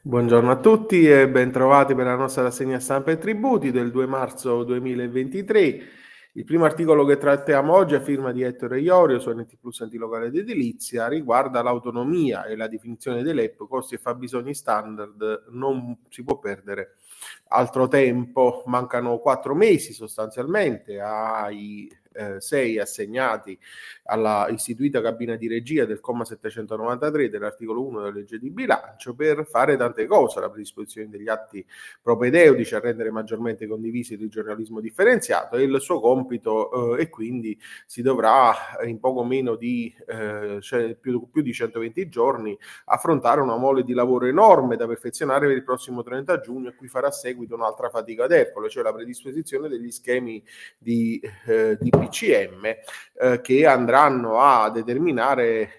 Buongiorno a tutti e bentrovati per la nostra rassegna stampa e tributi del 2 marzo 2023. Il primo articolo che trattiamo oggi, a firma di Ettore Iorio su NT Plus Antilocale ed Edilizia, riguarda l'autonomia e la definizione dei LEP, costi e fabbisogni standard. Non si può perdere altro tempo, mancano 4 mesi sostanzialmente ai 6 assegnati alla istituita cabina di regia del comma 793 dell'articolo 1 della legge di bilancio per fare tante cose: la predisposizione degli atti propedeutici a rendere maggiormente condivisi il giornalismo differenziato, e il suo compito e quindi si dovrà in poco meno di più di 120 giorni affrontare una mole di lavoro enorme da perfezionare per il prossimo 30 giugno, a cui farà seguito un'altra fatica d'Ercole, cioè la predisposizione degli schemi di PCM che andranno a determinare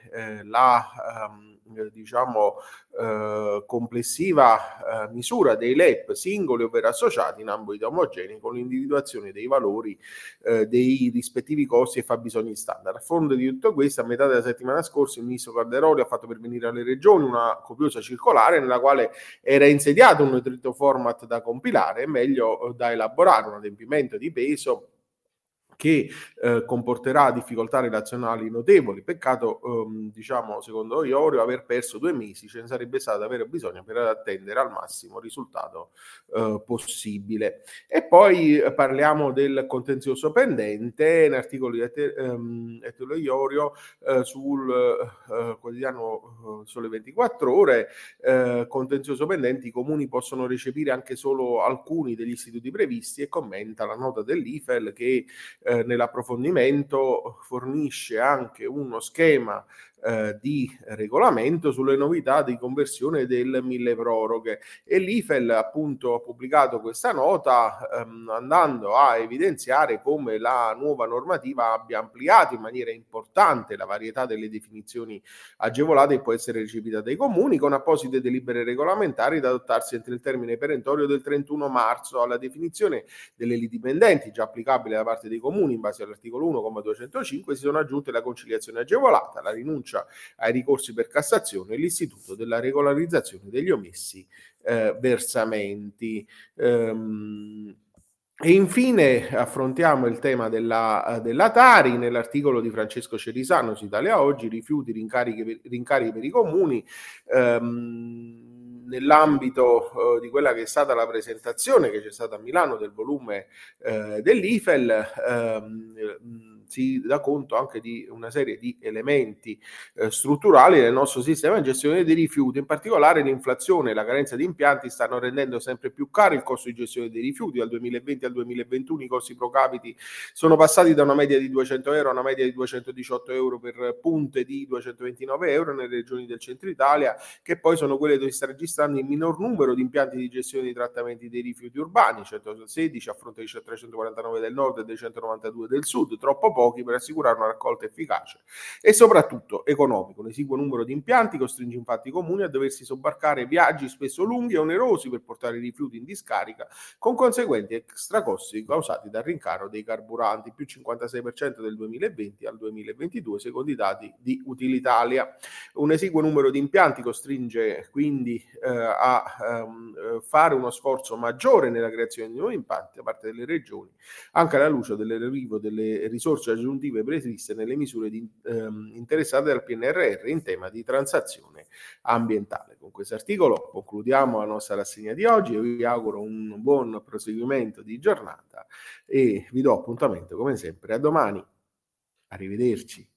complessiva misura dei LEP singoli ovvero associati in ambiti omogenei, con l'individuazione dei valori dei rispettivi costi e fabbisogni standard. A fronte di tutto questo, a metà della settimana scorsa il ministro Calderoli ha fatto pervenire alle regioni una copiosa circolare nella quale era insediato un nutrito format da compilare e meglio da elaborare, un adempimento di peso che comporterà difficoltà relazionali notevoli. Peccato, secondo Iorio, aver perso 2 mesi, ce ne sarebbe stato davvero bisogno per attendere al massimo risultato possibile. E poi parliamo del contenzioso pendente, in articoli di Ettore Iorio sul quotidiano Sole 24 Ore, contenzioso pendente, i comuni possono recepire anche solo alcuni degli istituti previsti, e commenta la nota dell'IFEL che nell'approfondimento fornisce anche uno schema di regolamento sulle novità di conversione del milleproroghe, e l'IFEL appunto ha pubblicato questa nota andando a evidenziare come la nuova normativa abbia ampliato in maniera importante la varietà delle definizioni agevolate che può essere recepita dai comuni, con apposite delibere regolamentari da adottarsi entro il termine perentorio del 31 marzo. Alla definizione delle liti pendenti, già applicabile da parte dei comuni in base all'articolo 1,205, si sono aggiunte la conciliazione agevolata, la rinuncia ai ricorsi per Cassazione e l'istituto della regolarizzazione degli omessi versamenti. E infine affrontiamo il tema della Tari. Nell'articolo di Francesco Cerisano su Italia Oggi, rifiuti, rincarichi per i comuni, nell'ambito di quella che è stata la presentazione che c'è stata a Milano del volume dell'IFEL, si dà conto anche di una serie di elementi strutturali del nostro sistema di gestione dei rifiuti. In particolare l'inflazione e la carenza di impianti stanno rendendo sempre più caro il costo di gestione dei rifiuti. Dal 2020 al 2021 i costi pro capite sono passati da una media di 200 euro a una media di 218 euro per punte di 229 euro nelle regioni del centro Italia, che poi sono quelle dove si sta registrando il minor numero di impianti di gestione dei trattamenti dei rifiuti urbani, 116 a fronte di 349 del nord e dei 192 del sud, troppo pochi per assicurare una raccolta efficace e soprattutto economico. Un esiguo numero di impianti costringe infatti i comuni a doversi sobbarcare viaggi spesso lunghi e onerosi per portare i rifiuti in discarica, con conseguenti extra costi causati dal rincaro dei carburanti, più 56% del 2020 al 2022 secondo i dati di Utilitalia. Un esiguo numero di impianti costringe quindi a fare uno sforzo maggiore nella creazione di nuovi impianti da parte delle regioni, anche alla luce dell'arrivo delle risorse aggiuntive previste nelle misure interessate dal PNRR in tema di transazione ambientale. Con questo articolo concludiamo la nostra rassegna di oggi e vi auguro un buon proseguimento di giornata e vi do appuntamento come sempre a domani. Arrivederci.